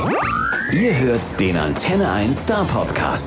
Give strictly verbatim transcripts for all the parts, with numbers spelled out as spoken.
Ihr hört den Antenne eins Star Podcast.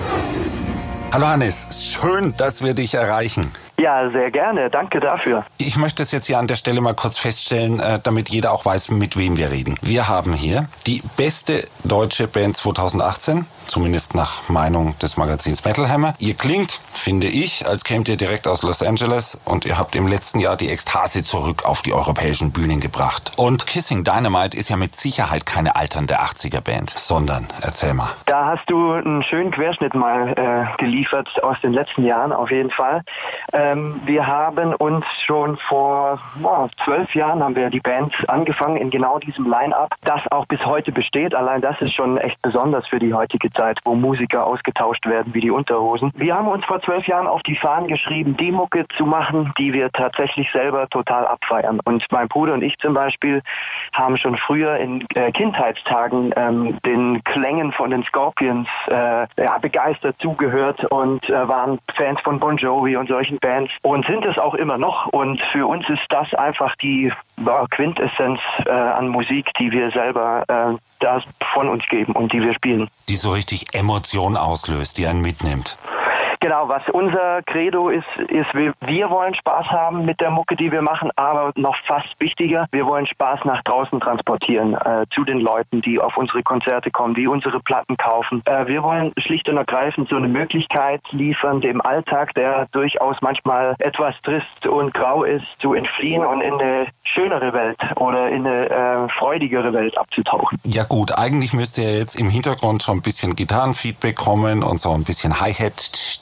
Hallo Hannes, schön, dass wir dich erreichen. Ja, sehr gerne. Danke dafür. Ich möchte es jetzt hier an der Stelle mal kurz feststellen, damit jeder auch weiß, mit wem wir reden. Wir haben hier die beste deutsche Band zwanzig achtzehn, zumindest nach Meinung des Magazins Metal Hammer. Ihr klingt, finde ich, als kämt ihr direkt aus Los Angeles und ihr habt im letzten Jahr die Ekstase zurück auf die europäischen Bühnen gebracht. Und Kissing Dynamite ist ja mit Sicherheit keine alternde achtziger-Band, sondern, erzähl mal. Da hast du einen schönen Querschnitt mal äh, geliefert aus den letzten Jahren, auf jeden Fall. Ähm, wir haben uns schon vor oh, zwölf Jahren haben wir die Band angefangen in genau diesem Line-Up, das auch bis heute besteht. Allein das ist schon echt besonders für die heutige Zeit, wo Musiker ausgetauscht werden wie die Unterhosen. Wir haben uns vor zwölf Jahren auf die Fahnen geschrieben, die Mucke zu machen, die wir tatsächlich selber total abfeiern. Und mein Bruder und ich zum Beispiel haben schon früher in äh, Kindheitstagen ähm, den Klängen von den Scorpions äh, ja, begeistert zugehört und äh, waren Fans von Bon Jovi und solchen Bands und sind es auch immer noch. Und für uns ist das einfach die ja, Quintessenz äh, an Musik, die wir selber äh, da von uns geben und die wir spielen. Die so richtig Emotionen auslöst, die einen mitnimmt. Genau, was unser Credo ist, ist, wir wollen Spaß haben mit der Mucke, die wir machen, aber noch fast wichtiger, wir wollen Spaß nach draußen transportieren, äh, zu den Leuten, die auf unsere Konzerte kommen, die unsere Platten kaufen. Äh, wir wollen schlicht und ergreifend so eine Möglichkeit liefern, dem Alltag, der durchaus manchmal etwas trist und grau ist, zu entfliehen und in eine schönere Welt oder in eine äh, freudigere Welt abzutauchen. Ja gut, eigentlich müsste ja jetzt im Hintergrund schon ein bisschen Gitarrenfeedback kommen und so ein bisschen Hi-Hat,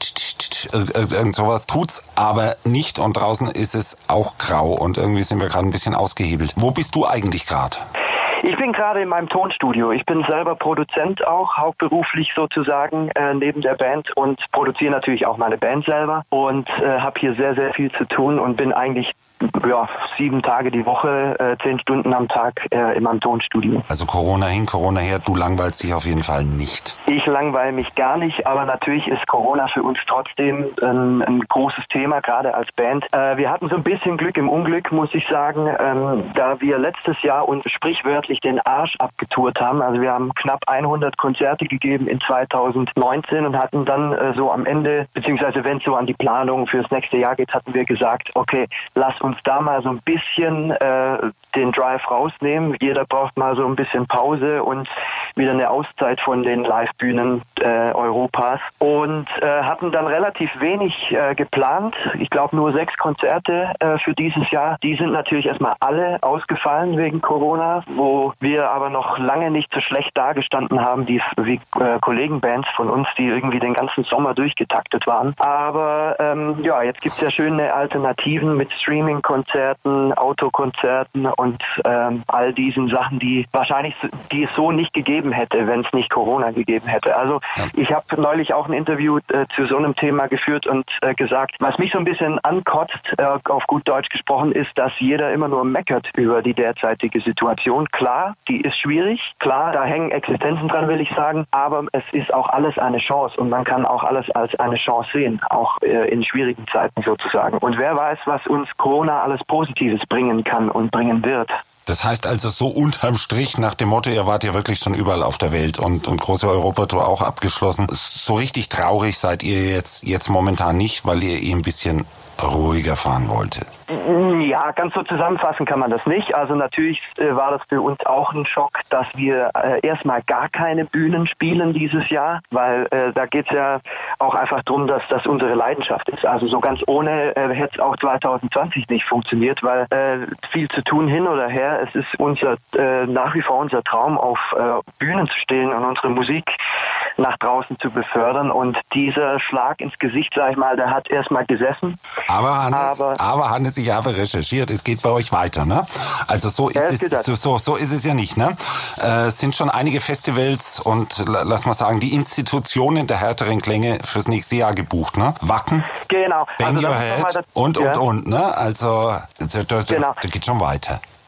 irgend sowas. Tut's aber nicht und draußen ist es auch grau und irgendwie sind wir gerade ein bisschen ausgehebelt. Wo bist du eigentlich gerade? Ich bin gerade in meinem Tonstudio. Ich bin selber Produzent auch, hauptberuflich sozusagen äh, neben der Band und produziere natürlich auch meine Band selber und äh, habe hier sehr, sehr viel zu tun und bin eigentlich ja, sieben Tage die Woche, äh, zehn Stunden am Tag äh, in meinem Tonstudio. Also Corona hin, Corona her, du langweilst dich auf jeden Fall nicht. Ich langweile mich gar nicht, aber natürlich ist Corona für uns trotzdem ähm, ein großes Thema, gerade als Band. Äh, wir hatten so ein bisschen Glück im Unglück, muss ich sagen, ähm, da wir letztes Jahr uns sprichwörtlich den Arsch abgetourt haben. Also wir haben knapp hundert Konzerte gegeben in zweitausendneunzehn und hatten dann äh, so am Ende, beziehungsweise wenn es so an die Planung fürs nächste Jahr geht, hatten wir gesagt, okay, lass uns da mal so ein bisschen äh, den Drive rausnehmen. Jeder braucht mal so ein bisschen Pause und wieder eine Auszeit von den Live-Bühnen äh, Europas und äh, hatten dann relativ wenig äh, geplant. Ich glaube nur sechs Konzerte äh, für dieses Jahr. Die sind natürlich erstmal alle ausgefallen wegen Corona, wo wir aber noch lange nicht so schlecht dagestanden haben wie, wie äh, Kollegenbands von uns, die irgendwie den ganzen Sommer durchgetaktet waren. Aber ähm, ja, jetzt gibt es ja schöne Alternativen mit Streaming Konzerten, Autokonzerten und ähm, all diesen Sachen, die wahrscheinlich die es so nicht gegeben hätte, wenn es nicht Corona gegeben hätte. Also ja. Ich habe neulich auch ein Interview äh, zu so einem Thema geführt und äh, gesagt, was mich so ein bisschen ankotzt, äh, auf gut Deutsch gesprochen, ist, dass jeder immer nur meckert über die derzeitige Situation. Klar, die ist schwierig, klar, da hängen Existenzen dran, will ich sagen, aber es ist auch alles eine Chance und man kann auch alles als eine Chance sehen, auch äh, in schwierigen Zeiten sozusagen. Und wer weiß, was uns Corona alles Positives bringen kann und bringen wird. Das heißt also so unterm Strich nach dem Motto, ihr wart ja wirklich schon überall auf der Welt und, und große Europatour auch abgeschlossen. So richtig traurig seid ihr jetzt, jetzt momentan nicht, weil ihr eh ein bisschen ruhiger fahren wollte. Ja, ganz so zusammenfassen kann man das nicht. Also natürlich äh, war das für uns auch ein Schock, dass wir äh, erstmal gar keine Bühnen spielen dieses Jahr, weil äh, da geht es ja auch einfach darum, dass das unsere Leidenschaft ist. Also so ganz ohne äh, hätte es auch zwanzig zwanzig nicht funktioniert, weil äh, viel zu tun hin oder her. Es ist unser äh, nach wie vor unser Traum, auf äh, Bühnen zu stehen und unsere Musik nach draußen zu befördern. Und dieser Schlag ins Gesicht, sag ich mal, der hat erstmal gesessen. Aber Hannes, aber, aber Hannes, ich habe recherchiert, es geht bei euch weiter, ne? Also so ist es, es so, so, so ist es ja nicht, ne? Äh, es sind schon einige Festivals und lass mal sagen, die Institutionen der härteren Klänge fürs nächste Jahr gebucht, ne? Wacken, genau. Bang also Your Head und, und, ja. und, ne? Also da, da, genau. da geht schon weiter.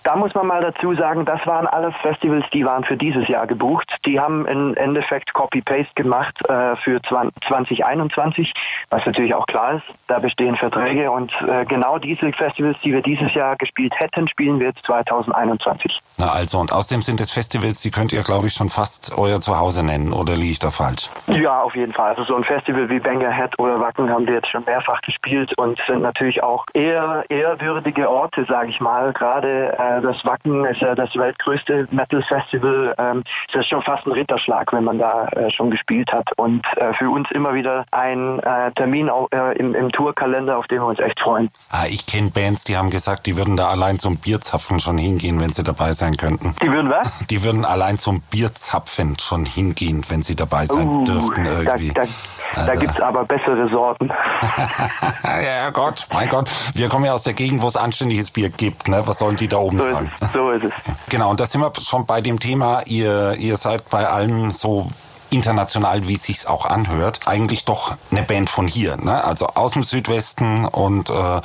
Da muss man mal dazu sagen, das waren alles Festivals, die waren für dieses Jahr gebucht. Die haben im Endeffekt Copy-Paste gemacht äh, für zwanzig einundzwanzig, was natürlich auch klar ist. Da bestehen Verträge und äh, genau diese Festivals, die wir dieses Jahr gespielt hätten, spielen wir jetzt zwanzig einundzwanzig. Na also, und außerdem sind es Festivals, die könnt ihr, glaube ich, schon fast euer Zuhause nennen, oder liege ich da falsch? Ja, auf jeden Fall. Also so ein Festival wie Banger Head oder Wacken haben wir jetzt schon mehrfach gespielt und sind natürlich auch eher ehrwürdige Orte, sage ich mal. Gerade äh, das Wacken ist ja das weltgrößte Metal-Festival. Ähm, es ist schon fast ein Ritterschlag, wenn man da äh, schon gespielt hat. Und äh, für uns immer wieder ein äh, Termin auch, äh, im, im Tourkalender, auf den wir uns echt freuen. Ah, ich kenne Bands, die haben gesagt, die würden da allein zum Bierzapfen schon hingehen, wenn sie dabei sein könnten. Die würden was? Die würden allein zum Bierzapfen schon hingehen, wenn sie dabei sein uh, dürften irgendwie. Da, da, da gibt es aber bessere Sorten. Ja Gott, mein Gott. Wir kommen ja aus der Gegend, wo es anständiges Bier gibt. Ne? Was sollen die da oben so sagen? Ist es, so ist es. Genau, und da sind wir schon bei dem Thema, ihr, ihr seid bei allem so international, wie es sich auch anhört, eigentlich doch eine Band von hier, ne? Also aus dem Südwesten und äh,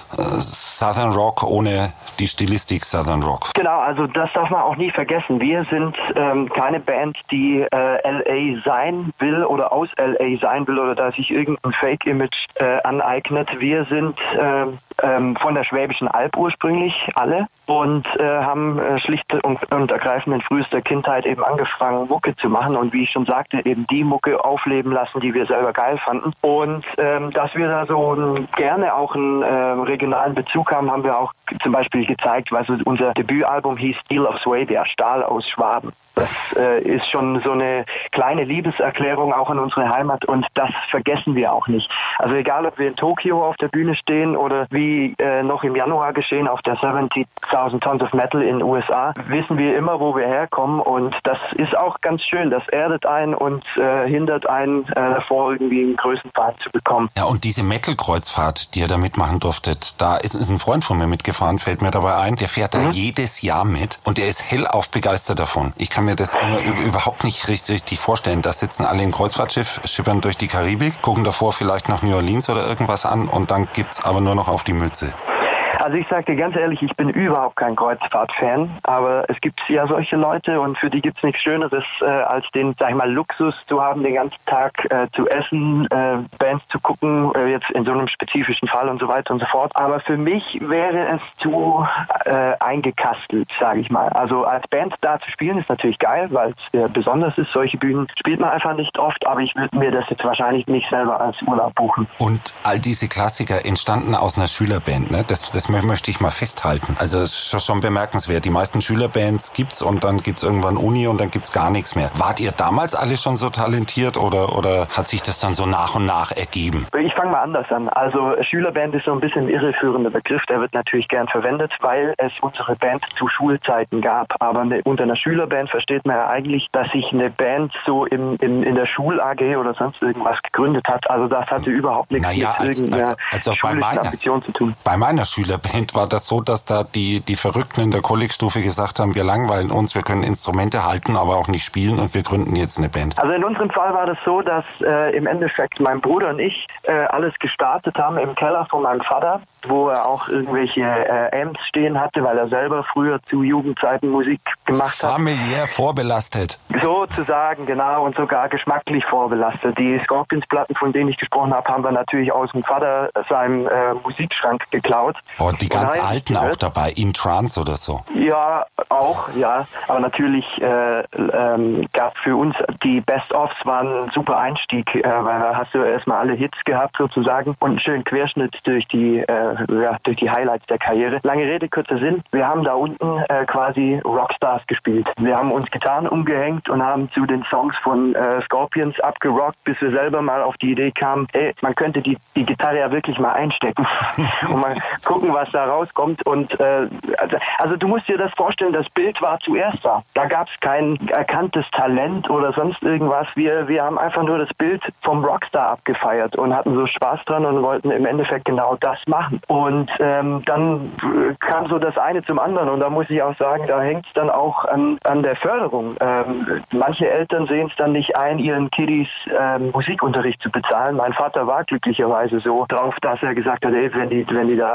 Southern Rock ohne die Stilistik Southern Rock. Genau, also das darf man auch nie vergessen. Wir sind ähm, keine Band, die äh, L A sein will oder aus L A sein will oder da sich irgendein Fake-Image äh, aneignet. Wir sind äh, ähm, von der Schwäbischen Alb ursprünglich alle und äh, haben äh, schlicht und, und ergreifend in frühester Kindheit eben angefangen, Mucke zu machen und wie ich schon sagte, eben die Mucke aufleben lassen, die wir selber geil fanden. Und ähm, dass wir da so ein, gerne auch einen äh, regionalen Bezug haben, haben wir auch zum Beispiel gezeigt, weil so unser Debütalbum hieß Steel of Swabia, Stahl aus Schwaben. Das äh, ist schon so eine kleine Liebeserklärung auch an unsere Heimat und das vergessen wir auch nicht. Also egal, ob wir in Tokio auf der Bühne stehen oder wie äh, noch im Januar geschehen auf der siebzigtausend Tons of Metal in den U S A, wissen wir immer, wo wir herkommen und das ist auch ganz schön. Das erdet einen und äh, hindert einen äh, davor, irgendwie einen Größenwahn zu bekommen. Ja, und diese Metal-Kreuzfahrt, die ihr da mitmachen durftet, da ist, ist ein Freund von mir mitgefahren, fällt mir dabei ein, der fährt da mhm. jedes Jahr mit und der ist hellauf begeistert davon. Ich kann mir das immer überhaupt nicht richtig, richtig vorstellen. Da sitzen alle im Kreuzfahrtschiff, schippern durch die Karibik, gucken davor vielleicht nach New Orleans oder irgendwas an und dann gibt's aber nur noch auf die Mütze. Also ich sage dir ganz ehrlich, ich bin überhaupt kein Kreuzfahrt-Fan, aber es gibt ja solche Leute und für die gibt es nichts Schöneres, äh, als den, sag ich mal, Luxus zu haben, den ganzen Tag äh, zu essen, äh, Bands zu gucken, äh, jetzt in so einem spezifischen Fall und so weiter und so fort. Aber für mich wäre es zu äh, eingekastelt, sage ich mal. Also als Band da zu spielen ist natürlich geil, weil es äh, besonders ist. Solche Bühnen spielt man einfach nicht oft, aber ich würde mir das jetzt wahrscheinlich nicht selber als Urlaub buchen. Und all diese Klassiker entstanden aus einer Schülerband, ne? Das, das möchte ich mal festhalten. Also es ist schon bemerkenswert. Die meisten Schülerbands gibt's und dann gibt's irgendwann Uni und dann gibt's gar nichts mehr. Wart ihr damals alle schon so talentiert oder, oder hat sich das dann so nach und nach ergeben? Ich fange mal anders an. Also Schülerband ist so ein bisschen ein irreführender Begriff. Der wird natürlich gern verwendet, weil es unsere Band zu Schulzeiten gab. Aber eine, unter einer Schülerband versteht man ja eigentlich, dass sich eine Band so im, im, in der Schul-A G oder sonst irgendwas gegründet hat. Also das hatte überhaupt nichts naja, mit als, irgendeiner als, als auch bei meiner, Ambition zu tun. Bei meiner Schülerband war das so, dass da die, die Verrückten in der Kollegstufe gesagt haben, wir langweilen uns, wir können Instrumente halten, aber auch nicht spielen und wir gründen jetzt eine Band. Also in unserem Fall war das so, dass äh, im Endeffekt mein Bruder und ich äh, alles gestartet haben im Keller von meinem Vater, wo er auch irgendwelche äh, Amps stehen hatte, weil er selber früher zu Jugendzeiten Musik gemacht hat. Familiär vorbelastet. Sozusagen, genau, und sogar geschmacklich vorbelastet. Die Scorpions-Platten, von denen ich gesprochen habe, haben wir natürlich aus dem Vater seinem äh, Musikschrank geklaut. Oh, die ganz Nein, alten auch dabei, In Trance oder so. Ja, auch, ja. Aber natürlich äh, ähm, gab für uns die Best-Ofs waren ein super Einstieg, äh, weil da hast du erstmal alle Hits gehabt sozusagen und einen schönen Querschnitt durch die, äh, ja, durch die Highlights der Karriere. Lange Rede, kurzer Sinn. Wir haben da unten äh, quasi Rockstars gespielt. Wir haben uns Gitarren umgehängt und haben zu den Songs von äh, Scorpions abgerockt, bis wir selber mal auf die Idee kamen, ey, man könnte die, die Gitarre ja wirklich mal einstecken und mal gucken, was da rauskommt. Und äh, also du musst dir das vorstellen, das Bild war zuerst da. Da gab es kein erkanntes Talent oder sonst irgendwas. Wir, wir haben einfach nur das Bild vom Rockstar abgefeiert und hatten so Spaß dran und wollten im Endeffekt genau das machen. Und ähm, dann kam so das eine zum anderen und da muss ich auch sagen, da hängt es dann auch an, an der Förderung. Ähm, manche Eltern sehen es dann nicht ein, ihren Kiddies ähm, Musikunterricht zu bezahlen. Mein Vater war glücklicherweise so drauf, dass er gesagt hat, ey, wenn die, wenn die da eigene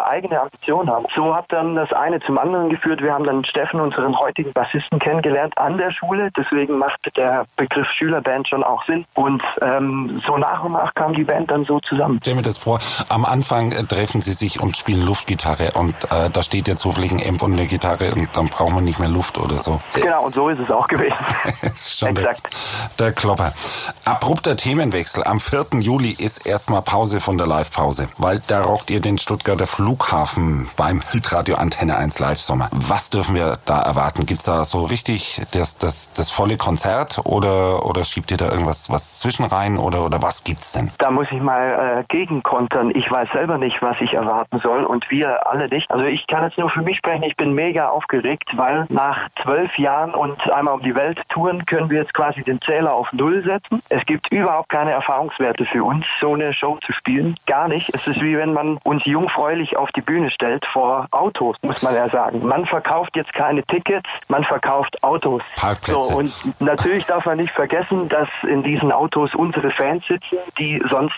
Ambition haben. So hat dann das eine zum anderen geführt. Wir haben dann Steffen, unseren heutigen Bassisten, kennengelernt an der Schule. Deswegen macht der Begriff Schülerband schon auch Sinn. Und ähm, so nach und nach kam die Band dann so zusammen. Stell mir das vor, am Anfang äh, treffen sie sich und spielen Luftgitarre und äh, da steht jetzt zufällig ein Amp und eine Gitarre und dann braucht man nicht mehr Luft oder so. Genau, und so ist es auch gewesen. Ist schon Exakt. Der, der Klopper. Abrupter Themenwechsel. Am vierten Juli ist erstmal Pause von der Live-Pause, weil da rockt ihr den Stuttgarter Flughafen beim Hitradio Antenne eins Live-Sommer. Was dürfen wir da erwarten? Gibt's da so richtig das, das, das volle Konzert oder, oder schiebt ihr da irgendwas was zwischen rein oder, oder was gibt's denn? Da muss ich mal äh, gegenkontern. Ich weiß selber nicht, was ich erwarten soll und wir alle nicht. Also ich kann jetzt nur für mich sprechen. Ich bin mega aufgeregt, weil nach zwölf Jahren und einmal um die Welt touren können wir jetzt quasi den Zähler auf Null setzen. Es gibt überhaupt keine Erfahrungswerte für uns, so eine Show zu spielen. Gar nicht. Es ist wie wenn man uns jungfräulich auf die Bühne stellt vor Autos, muss man ja sagen. Man verkauft jetzt keine Tickets, man verkauft Autos. Parkplätze. So, und natürlich darf man nicht vergessen, dass in diesen Autos unsere Fans sitzen, die sonst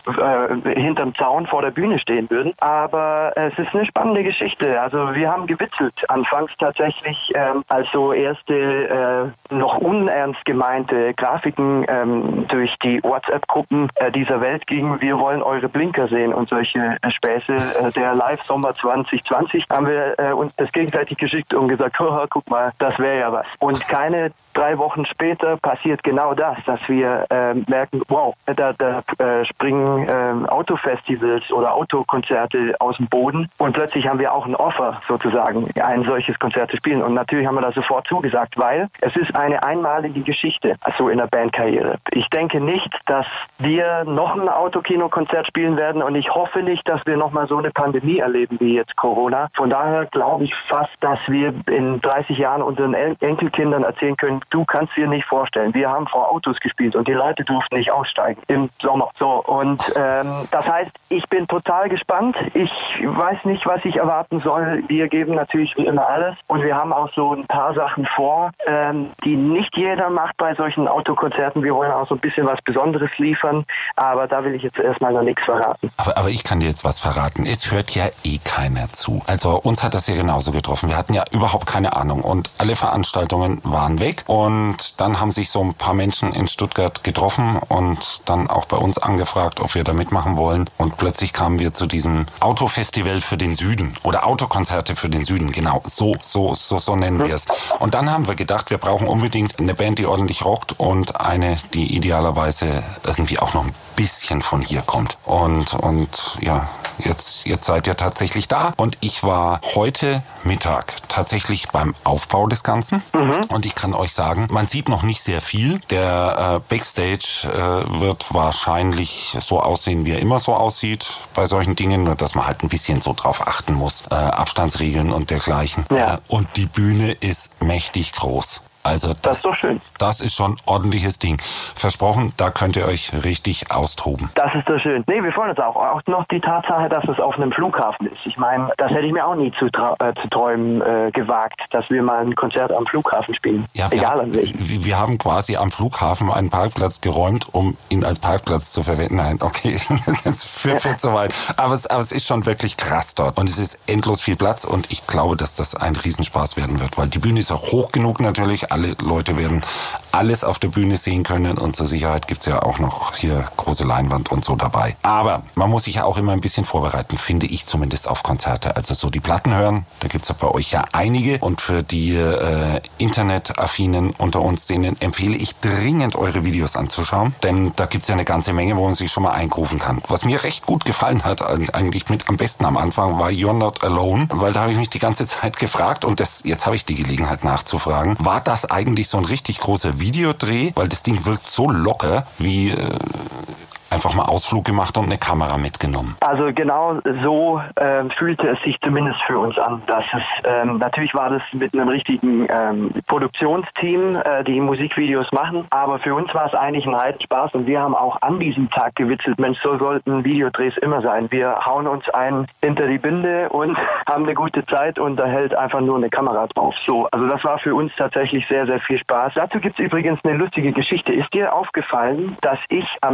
äh, hinterm Zaun vor der Bühne stehen würden. Aber es ist eine spannende Geschichte. Also wir haben gewitzelt. Anfangs tatsächlich, ähm, als so erste äh, noch unernst gemeinte Grafiken ähm, durch die WhatsApp-Gruppen äh, dieser Welt gingen. Wir wollen eure Blinker sehen und solche äh, Späße. Äh, der Live-Sommer zwanzig zwanzig haben wir äh, uns das gegenseitig geschickt und gesagt, oh, guck mal, das wäre ja was. Und keine drei Wochen später passiert genau das, dass wir äh, merken, wow, da, da äh, springen äh, Autofestivals oder Autokonzerte aus dem Boden und plötzlich haben wir auch ein Offer sozusagen, ein solches Konzert zu spielen. Und natürlich haben wir da sofort zugesagt, weil es ist eine einmalige Geschichte, also in der Bandkarriere. Ich denke nicht, dass wir noch ein Autokino-Konzert spielen werden und ich hoffe nicht, dass wir nochmal so eine Pandemie erleben wie jetzt Corona. Von daher glaube ich fast, dass wir in dreißig Jahren unseren El- Enkelkindern erzählen können, du kannst dir nicht vorstellen, wir haben vor Autos gespielt und die Leute durften nicht aussteigen im Sommer. So, und ähm, das heißt, ich bin total gespannt. Ich weiß nicht, was ich erwarten soll. Wir geben natürlich wie immer alles und wir haben auch so ein paar Sachen vor, ähm, die nicht jeder macht bei solchen Autokonzerten. Wir wollen auch so ein bisschen was Besonderes liefern, aber da will ich jetzt erstmal noch nichts verraten. Aber, aber ich kann dir jetzt was verraten. Es hört ja eh keiner zu. Also uns hat das ja genauso getroffen. Wir hatten ja überhaupt keine Ahnung und alle Veranstaltungen waren weg und dann haben sich so ein paar Menschen in Stuttgart getroffen und dann auch bei uns angefragt, ob wir da mitmachen wollen und plötzlich kamen wir zu diesem Autofestival für den Süden oder Autokonzerte für den Süden, genau, so, so, so, so nennen wir es. Und dann haben wir gedacht, wir brauchen unbedingt eine Band, die ordentlich rockt und eine, die idealerweise irgendwie auch noch ein bisschen von hier kommt. Und, und ja, jetzt, jetzt seid ihr tatsächlich da. Und ich war heute Mittag tatsächlich beim Aufbau des Ganzen. Mhm. Und ich kann euch sagen, man sieht noch nicht sehr viel. Der äh, Backstage äh, wird wahrscheinlich so aussehen, wie er immer so aussieht bei solchen Dingen. Nur, dass man halt ein bisschen so drauf achten muss. Äh, Abstandsregeln und dergleichen. Ja. Äh, und die Bühne ist mächtig groß. Also das, das ist doch schön. Das ist schon ein ordentliches Ding. Versprochen, da könnt ihr euch richtig austoben. Das ist doch schön. Nee, wir freuen uns auch. Auch noch die Tatsache, dass es auf einem Flughafen ist. Ich meine, das hätte ich mir auch nie zu, tra- äh, zu träumen äh, gewagt, dass wir mal ein Konzert am Flughafen spielen. Ja, egal wir, an welchem. Wir haben quasi am Flughafen einen Parkplatz geräumt, um ihn als Parkplatz zu verwenden. Nein, okay, das führt viel zu weit. Aber es, aber es ist schon wirklich krass dort. Und es ist endlos viel Platz und ich glaube, dass das ein Riesenspaß werden wird, weil die Bühne ist auch hoch genug natürlich. Alle Leute werden alles auf der Bühne sehen können und zur Sicherheit gibt's ja auch noch hier große Leinwand und so dabei. Aber man muss sich ja auch immer ein bisschen vorbereiten, finde ich zumindest auf Konzerte. Also so die Platten hören, da gibt's ja bei euch ja einige und für die äh, Internetaffinen unter uns, denen empfehle ich dringend eure Videos anzuschauen, denn da gibt's ja eine ganze Menge, wo man sich schon mal eingrooven kann. Was mir recht gut gefallen hat, eigentlich mit am besten am Anfang, war You're Not Alone, weil da habe ich mich die ganze Zeit gefragt und das, jetzt habe ich die Gelegenheit nachzufragen, war das eigentlich so ein richtig großer Videodreh? Weil das Ding wirkt so locker wie äh, einfach mal Ausflug gemacht und eine Kamera mitgenommen. Also genau so ähm, fühlte es sich zumindest für uns an. Dass es, ähm, natürlich war das mit einem richtigen ähm, Produktionsteam, äh, die Musikvideos machen, aber für uns war es eigentlich ein Heidenspaß und wir haben auch an diesem Tag gewitzelt, Mensch, so sollten Videodrehs immer sein. Wir hauen uns einen hinter die Binde und haben eine gute Zeit und da hält einfach nur eine Kamera drauf. So, also das war für uns tatsächlich sehr, sehr viel Spaß. Dazu gibt es übrigens eine lustige Geschichte. Ist dir aufgefallen, dass ich am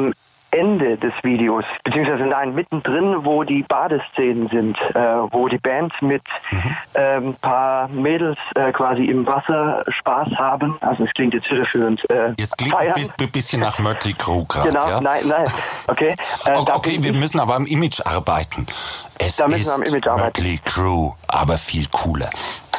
Ende des Videos, beziehungsweise nein, mittendrin, wo die Badeszenen sind, äh, wo die Band mit ein mhm. äh, paar Mädels äh, quasi im Wasser Spaß haben. Also es klingt jetzt irreführend. Äh, es klingt ein bi- bisschen nach Mötley Crüe gerade. Genau, ja? nein, nein. Okay, äh, okay, okay wir müssen aber am Image arbeiten. Es da müssen ist wir am Image arbeiten. Mötley Crüe, aber viel cooler.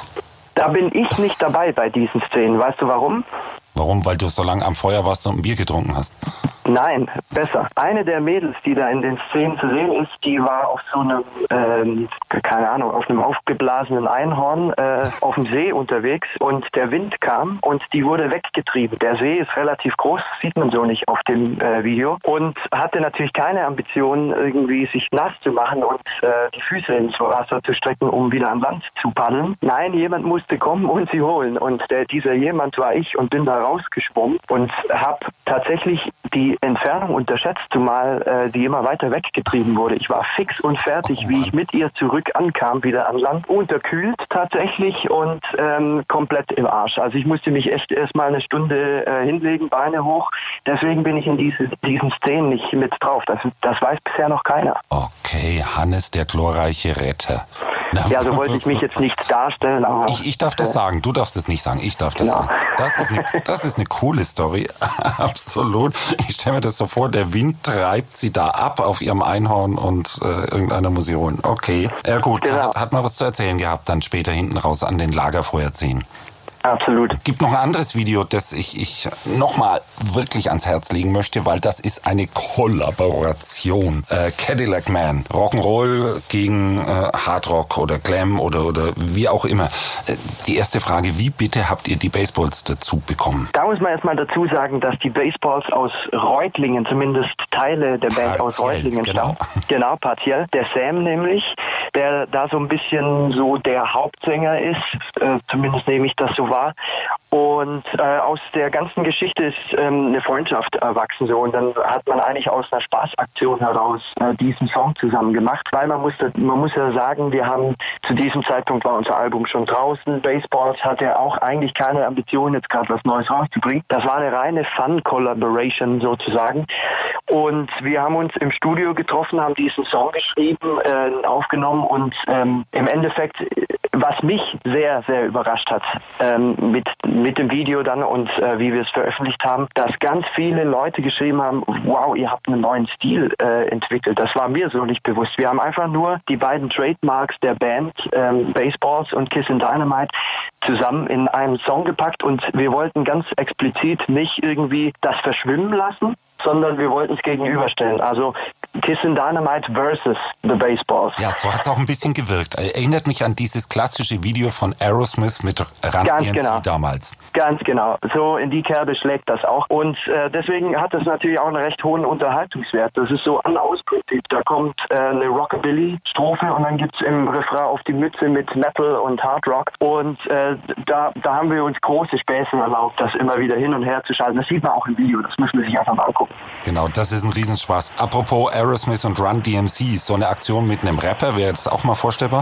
Da bin ich nicht dabei bei diesen Szenen. Weißt du warum? Warum? Weil du so lange am Feuer warst und ein Bier getrunken hast? Nein, besser. Eine der Mädels, die da in den Szenen zu sehen ist, die war auf so einem, ähm, keine Ahnung, auf einem aufgeblasenen Einhorn äh, auf dem See unterwegs und der Wind kam und die wurde weggetrieben. Der See ist relativ groß, sieht man so nicht auf dem äh, Video und hatte natürlich keine Ambition, irgendwie sich nass zu machen und äh, die Füße ins Wasser zu strecken, um wieder an Land zu paddeln. Nein, jemand musste kommen und sie holen und der, dieser jemand war ich und bin da rausgeschwommen und habe tatsächlich die Entfernung unterschätzt, zumal äh, die immer weiter weggetrieben wurde. Ich war fix und fertig, oh, wie ich mit ihr zurück ankam, wieder an Land, unterkühlt tatsächlich und ähm, komplett im Arsch. Also ich musste mich echt erstmal eine Stunde äh, hinlegen, Beine hoch. Deswegen bin ich in diese, diesen Szenen nicht mit drauf. Das, das weiß bisher noch keiner. Okay, Hannes, der glorreiche Retter. Na, ja, so wollte ich mich jetzt nicht darstellen. Aber ich, ich darf das sagen, du darfst es nicht sagen, ich darf das genau. sagen. Das ist, eine, das ist eine coole Story, absolut. Ich stelle mir das so vor, der Wind treibt sie da ab auf ihrem Einhorn und äh, irgendeiner muss sie holen. Okay, ja gut, genau. hat, hat man was zu erzählen gehabt, dann später hinten raus an den Lagerfeuer ziehen. Absolut. Gibt noch ein anderes Video, das ich, ich nochmal wirklich ans Herz legen möchte, weil das ist eine Kollaboration. Äh, Cadillac Man, Rock'n'Roll gegen äh, Hardrock oder Glam oder, oder wie auch immer. Äh, die erste Frage, wie bitte habt ihr die Baseballs dazu bekommen? Da muss man erstmal dazu sagen, dass die Baseballs aus Reutlingen, zumindest Teile der Band partiell, aus Reutlingen genau. stammen. Genau, partiell. Der Sam nämlich, der da so ein bisschen so der Hauptsänger ist, äh, zumindest nehme ich das so wahr. Und äh, aus der ganzen Geschichte ist ähm, eine Freundschaft erwachsen so und dann hat man eigentlich aus einer Spaßaktion heraus äh, diesen Song zusammen gemacht, weil man muss, man muss ja sagen, wir haben zu diesem Zeitpunkt war unser Album schon draußen, Baseballs hatte auch eigentlich keine Ambition, jetzt gerade was Neues rauszubringen. Das war eine reine Fun-Collaboration sozusagen und wir haben uns im Studio getroffen, haben diesen Song geschrieben, äh, aufgenommen und ähm, im Endeffekt, was mich sehr, sehr überrascht hat, ähm, mit mit dem Video dann und äh, wie wir es veröffentlicht haben, dass ganz viele Leute geschrieben haben, wow, ihr habt einen neuen Stil äh, entwickelt. Das war mir so nicht bewusst. Wir haben einfach nur die beiden Trademarks der Band, ähm, Baseballs und Kissin' Dynamite, zusammen in einen Song gepackt und wir wollten ganz explizit nicht irgendwie das verschwimmen lassen, sondern wir wollten es gegenüberstellen. Also Kissin' Dynamite versus The Baseballs. Ja, so hat es auch ein bisschen gewirkt. Erinnert mich an dieses klassische Video von Aerosmith mit Run D M C genau. damals. Ganz genau. So in die Kerbe schlägt das auch. Und äh, deswegen hat es natürlich auch einen recht hohen Unterhaltungswert. Das ist so An-Aus-Prinzip. Da kommt äh, eine Rockabilly-Strophe und dann gibt's im Refrain auf die Mütze mit Metal und Hard Rock. Und äh, da, da haben wir uns große Späße erlaubt, das immer wieder hin und her zu schalten. Das sieht man auch im Video. Das müssen wir sich einfach mal angucken. Genau, das ist ein Riesenspaß. Apropos Aerosmith und Run D M C, so eine Aktion mit einem Rapper, wäre das auch mal vorstellbar?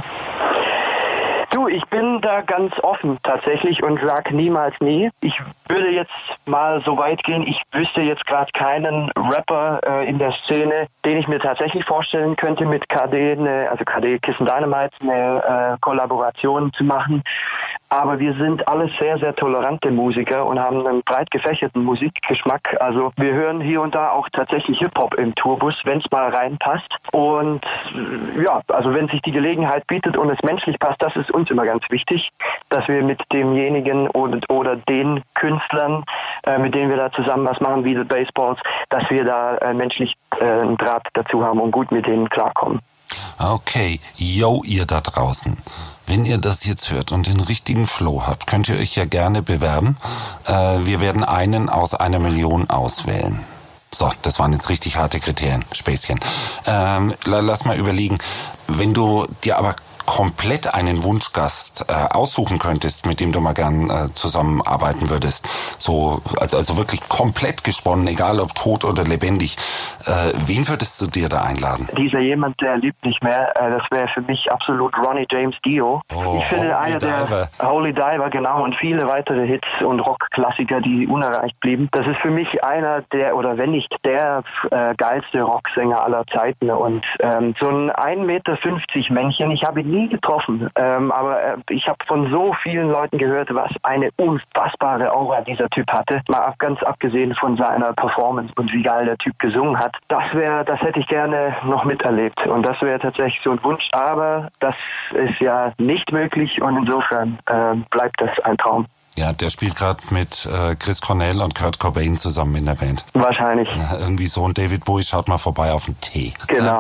Du, ich bin da ganz offen tatsächlich und sag niemals nie. Ich würde jetzt mal so weit gehen, ich wüsste jetzt gerade keinen Rapper äh, in der Szene, den ich mir tatsächlich vorstellen könnte, mit K D, eine, also K D Kissin' Dynamite, eine äh, Kollaboration zu machen. Aber wir sind alles sehr, sehr tolerante Musiker und haben einen breit gefächerten Musikgeschmack. Also wir hören hier und da auch tatsächlich Hip-Hop im Tourbus, wenn es mal reinpasst. Und ja, also wenn sich die Gelegenheit bietet und es menschlich passt, das ist uns immer ganz wichtig, dass wir mit demjenigen oder, oder den Künstlern, äh, mit denen wir da zusammen was machen, wie The Baseballs, dass wir da äh, menschlich äh, einen Draht dazu haben und gut mit denen klarkommen. Okay, yo, ihr da draußen. Wenn ihr das jetzt hört und den richtigen Flow habt, könnt ihr euch ja gerne bewerben. Äh, wir werden einen aus einer Million auswählen. So, das waren jetzt richtig harte Kriterien, Späßchen. Ähm, lass mal überlegen, wenn du dir aber komplett einen Wunschgast äh, aussuchen könntest, mit dem du mal gern äh, zusammenarbeiten würdest, so also, also wirklich komplett gesponnen, egal ob tot oder lebendig, äh, wen würdest du dir da einladen? Dieser jemand, der lebt nicht mehr, äh, das wäre für mich absolut Ronnie James Dio. Oh, ich finde einer der Holy Diver, genau, und viele weitere Hits und Rockklassiker, die unerreicht blieben. Das ist für mich einer der, oder wenn nicht der äh, geilste Rocksänger aller Zeiten und ähm, so ein ein Meter fünfzig Männchen, ich habe ihn nie getroffen, ähm, aber äh, ich habe von so vielen Leuten gehört, was eine unfassbare Aura dieser Typ hatte, mal ab, ganz abgesehen von seiner Performance und wie geil der Typ gesungen hat. Das wäre, das hätte ich gerne noch miterlebt und das wäre tatsächlich so ein Wunsch, aber das ist ja nicht möglich und insofern äh, bleibt das ein Traum. Ja, der spielt gerade mit äh, Chris Cornell und Kurt Cobain zusammen in der Band. Wahrscheinlich. Ja, irgendwie so ein David Bowie, schaut mal vorbei auf den Tee. Genau.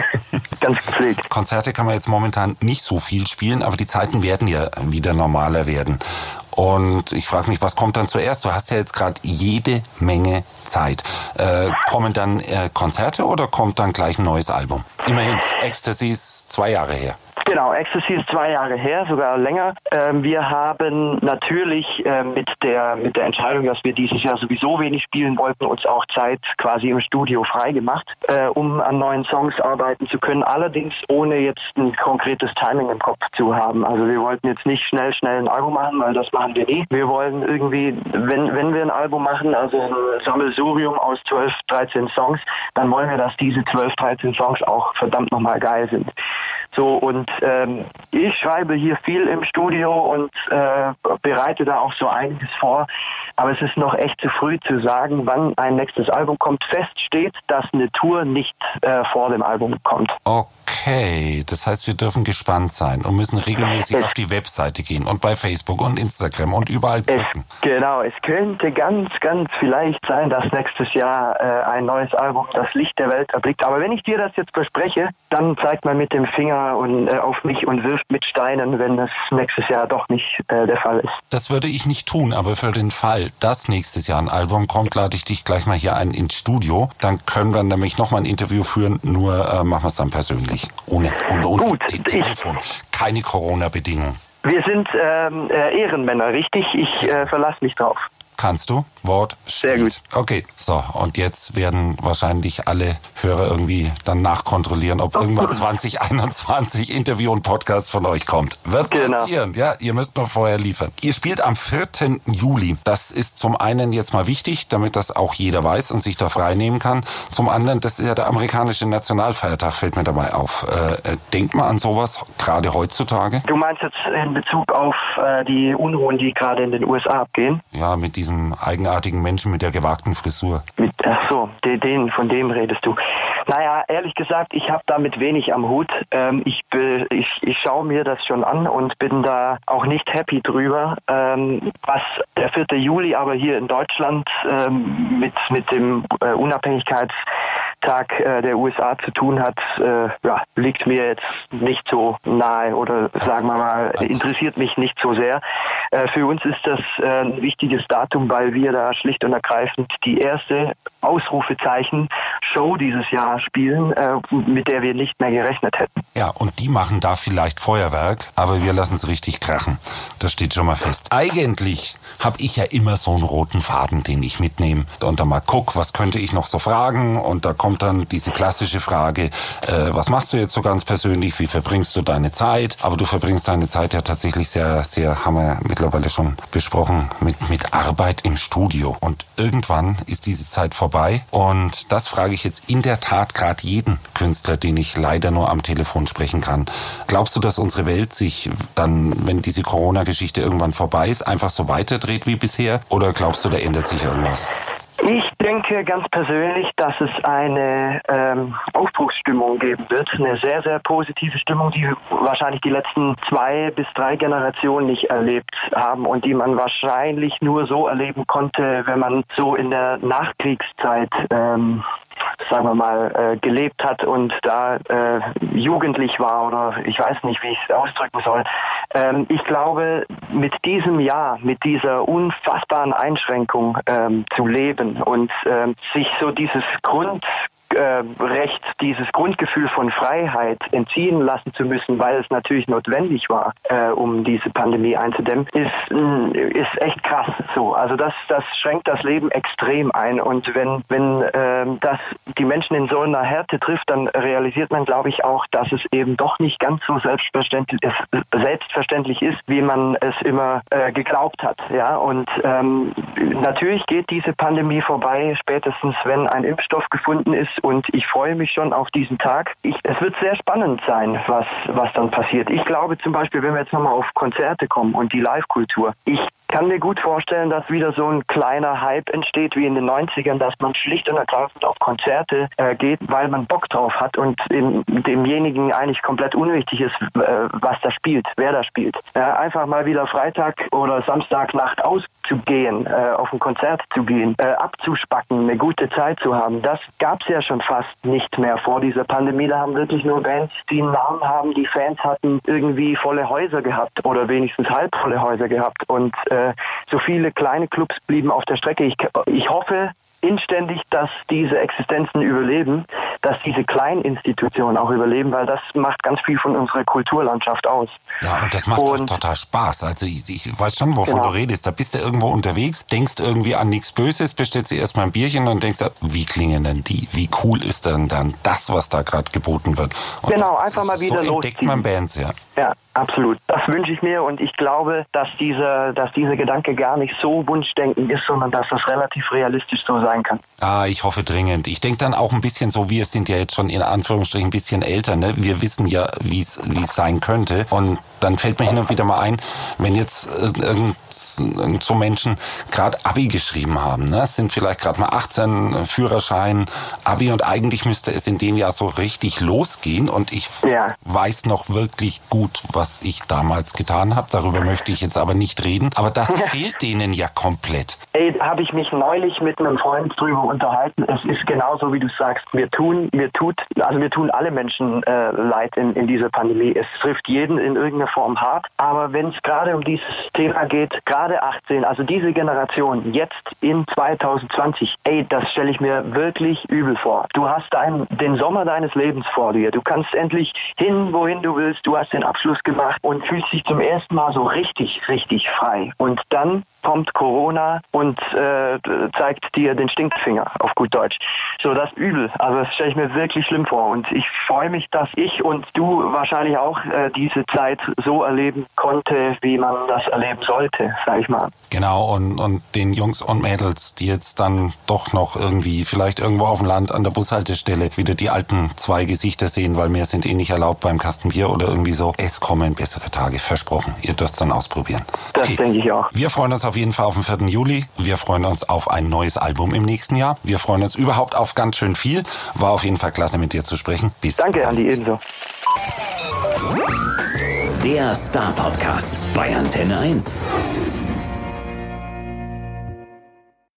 Ganz gepflegt. Konzerte kann man jetzt momentan nicht so viel spielen, aber die Zeiten werden ja wieder normaler werden. Und ich frage mich, was kommt dann zuerst? Du hast ja jetzt gerade jede Menge Zeit. Äh, kommen dann äh, Konzerte oder kommt dann gleich ein neues Album? Immerhin, Ecstasy ist zwei Jahre her. Genau, Ecstasy ist zwei Jahre her, sogar länger. Ähm, wir haben natürlich äh, mit der mit der Entscheidung, dass wir dieses Jahr sowieso wenig spielen wollten, uns auch Zeit quasi im Studio freigemacht, äh, um an neuen Songs arbeiten zu können. Allerdings ohne jetzt ein konkretes Timing im Kopf zu haben. Also wir wollten jetzt nicht schnell, schnell ein Album machen, weil das machen wir nie. Wir wollen irgendwie, wenn wenn wir ein Album machen, also ein Sammelsurium aus zwölf, dreizehn Songs, dann wollen wir, dass diese zwölf, dreizehn Songs auch verdammt nochmal geil sind. So, und ähm, ich schreibe hier viel im Studio und äh, bereite da auch so einiges vor. Aber es ist noch echt zu früh zu sagen, wann ein nächstes Album kommt. Fest steht, dass eine Tour nicht äh, vor dem Album kommt. Okay, das heißt, wir dürfen gespannt sein und müssen regelmäßig es, auf die Webseite gehen und bei Facebook und Instagram und überall gucken. Es, genau, es könnte ganz, ganz vielleicht sein, dass nächstes Jahr äh, ein neues Album das Licht der Welt erblickt. Aber wenn ich dir das jetzt verspreche, dann zeigt man mit dem Finger und, äh, auf mich und wirft mit Steinen, wenn das nächstes Jahr doch nicht äh, der Fall ist. Das würde ich nicht tun, aber für den Fall, dass nächstes Jahr ein Album kommt, lade ich dich gleich mal hier ein ins Studio. Dann können wir nämlich nochmal ein Interview führen, nur äh, machen wir es dann persönlich. Ohne, ohne, ohne Gut, Telefon. Keine Corona-Bedingungen. Wir sind ähm, äh, Ehrenmänner, richtig? Ich äh, verlasse mich drauf. Kannst du? Wort steht. Sehr gut. Okay, so, und jetzt werden wahrscheinlich alle Hörer irgendwie dann nachkontrollieren, ob irgendwann zwanzig einundzwanzig Interview und Podcast von euch kommt. Wird genau. passieren, ja, ihr müsst noch vorher liefern. Ihr spielt am vierten Juli. Das ist zum einen jetzt mal wichtig, damit das auch jeder weiß und sich da frei nehmen kann. Zum anderen, das ist ja der amerikanische Nationalfeiertag, fällt mir dabei auf. Äh, denkt mal an sowas, gerade heutzutage? Du meinst jetzt in Bezug auf äh, die Unruhen, die gerade in den U S A abgehen? Ja, mit diesem eigenartigen Menschen mit der gewagten Frisur. Mit, ach so, den, den, von dem redest du. Naja, ehrlich gesagt, ich habe damit wenig am Hut. Ähm, ich, ich, ich schaue mir das schon an und bin da auch nicht happy drüber. Ähm, was der vierte Juli aber hier in Deutschland ähm, mit, mit dem äh, Unabhängigkeitstag äh, der U S A zu tun hat, äh, ja, liegt mir jetzt nicht so nahe oder sagen wir mal, interessiert mich nicht so sehr. Äh, für uns ist das äh, ein wichtiges Datum, weil wir da schlicht und ergreifend die erste Ausrufezeichen-Show dieses Jahr spielen, äh, mit der wir nicht mehr gerechnet hätten. Ja, und die machen da vielleicht Feuerwerk, aber wir lassen es richtig krachen. Das steht schon mal fest. Eigentlich habe ich ja immer so einen roten Faden, den ich mitnehme und dann mal guck, was könnte ich noch so fragen, und da kommt dann diese klassische Frage, äh, was machst du jetzt so ganz persönlich, wie verbringst du deine Zeit? Aber du verbringst deine Zeit ja tatsächlich sehr, sehr, haben wir mittlerweile schon besprochen, mit, mit Arbeit im Studio. Und irgendwann ist diese Zeit vorbei, und das frage ich jetzt in der Tat gerade jeden Künstler, den ich leider nur am Telefon sprechen kann. Glaubst du, dass unsere Welt sich dann, wenn diese Corona-Geschichte irgendwann vorbei ist, einfach so weiterdreht wie bisher? Oder glaubst du, da ändert sich irgendwas? Ich denke ganz persönlich, dass es eine ähm, Aufbruchsstimmung geben wird. Eine sehr, sehr positive Stimmung, die wahrscheinlich die letzten zwei bis drei Generationen nicht erlebt haben und die man wahrscheinlich nur so erleben konnte, wenn man so in der Nachkriegszeit ähm, sagen wir mal, äh, gelebt hat und da äh, jugendlich war, oder ich weiß nicht, wie ich es ausdrücken soll. Ähm, ich glaube, mit diesem Jahr, mit dieser unfassbaren Einschränkung ähm, zu leben und ähm, sich so dieses Grund äh, Recht, dieses Grundgefühl von Freiheit entziehen lassen zu müssen, weil es natürlich notwendig war, äh, um diese Pandemie einzudämmen, ist, ist echt krass so. Also das, das schränkt das Leben extrem ein. Und wenn, wenn äh, das die Menschen in so einer Härte trifft, dann realisiert man, glaube ich, auch, dass es eben doch nicht ganz so selbstverständlich ist, selbstverständlich ist, wie man es immer äh, geglaubt hat. Ja, und ähm, natürlich geht diese Pandemie vorbei, spätestens wenn ein Impfstoff gefunden ist. Und ich freue mich schon auf diesen Tag. Ich, es wird sehr spannend sein, was, was dann passiert. Ich glaube zum Beispiel, wenn wir jetzt nochmal auf Konzerte kommen und die Live-Kultur. Ich kann mir gut vorstellen, dass wieder so ein kleiner Hype entsteht wie in den neunzigern, dass man schlicht und ergreifend auf Konzerte äh, geht, weil man Bock drauf hat und dem, demjenigen eigentlich komplett unwichtig ist, äh, was da spielt, wer da spielt. Ja, einfach mal wieder Freitag oder Samstagnacht auszugehen, äh, auf ein Konzert zu gehen, äh, abzuspacken, eine gute Zeit zu haben, das gab es ja schon fast nicht mehr vor dieser Pandemie. Da haben wirklich nur Bands, die einen Namen haben, die Fans hatten, irgendwie volle Häuser gehabt oder wenigstens halbvolle Häuser gehabt. Und äh, so viele kleine Clubs blieben auf der Strecke. Ich, ich hoffe inständig, dass diese Existenzen überleben, dass diese kleinen Institutionen auch überleben, weil das macht ganz viel von unserer Kulturlandschaft aus. Ja, und das macht und, auch total Spaß. Also ich, ich weiß schon, wovon genau. du redest. Da bist du irgendwo unterwegs, denkst irgendwie an nichts Böses, bestellst dir erstmal ein Bierchen und denkst, wie klingen denn die? Wie cool ist denn dann das, was da gerade geboten wird? Und genau, einfach mal wieder so entdeckt man Bands, ja. Ja, absolut. Das wünsche ich mir und ich glaube, dass dieser, dass dieser Gedanke gar nicht so Wunschdenken ist, sondern dass das relativ realistisch so sein kann. Ah, ich hoffe dringend. Ich denke dann auch ein bisschen so, wir sind ja jetzt schon in Anführungsstrichen ein bisschen älter, ne? Wir wissen ja, wie es wie es sein könnte. Und dann fällt mir hin und wieder mal ein, wenn jetzt irgend, irgend so Menschen gerade Abi geschrieben haben, ne? Es sind vielleicht gerade mal achtzehn, Führerschein, Abi und eigentlich müsste es in dem Jahr so richtig losgehen und ich ja. weiß noch wirklich gut, was ich damals getan habe. Darüber möchte ich jetzt aber nicht reden. Aber das fehlt denen ja komplett. Ey, da habe ich mich neulich mit einem Freund drüber unterhalten. Es ist genauso, wie du sagst. Wir tun, wir tut, also wir tun alle Menschen äh, leid in, in dieser Pandemie. Es trifft jeden in irgendeiner Form hart. Aber wenn es gerade um dieses Thema geht, gerade achtzehn, also diese Generation jetzt in zwanzig zwanzig, ey, das stelle ich mir wirklich übel vor. Du hast dein, den Sommer deines Lebens vor dir. Du kannst endlich hin, wohin du willst. Du hast den Abschluss gemacht und fühlst dich zum ersten Mal so richtig, richtig frei. Und dann kommt Corona und äh, zeigt dir den Stinkfinger, auf gut Deutsch. So, das ist übel. Also das stelle ich mir wirklich schlimm vor. Und ich freue mich, dass ich und du wahrscheinlich auch äh, diese Zeit so erleben konnte, wie man das erleben sollte, sag ich mal. Genau, und, und den Jungs und Mädels, die jetzt dann doch noch irgendwie, vielleicht irgendwo auf dem Land an der Bushaltestelle wieder die alten zwei Gesichter sehen, weil mehr sind eh nicht erlaubt beim Kasten Bier oder irgendwie so. Es kommen bessere Tage, versprochen. Ihr dürft es dann ausprobieren. Das okay. denke ich auch. Wir freuen uns auf jeden Fall auf den vierten Juli. Wir freuen uns auf ein neues Album im nächsten Jahr. Wir freuen uns überhaupt auf ganz schön viel. War auf jeden Fall klasse, mit dir zu sprechen. Bis Danke, bald. Andi, ebenso. Der Star Podcast bei Antenne eins.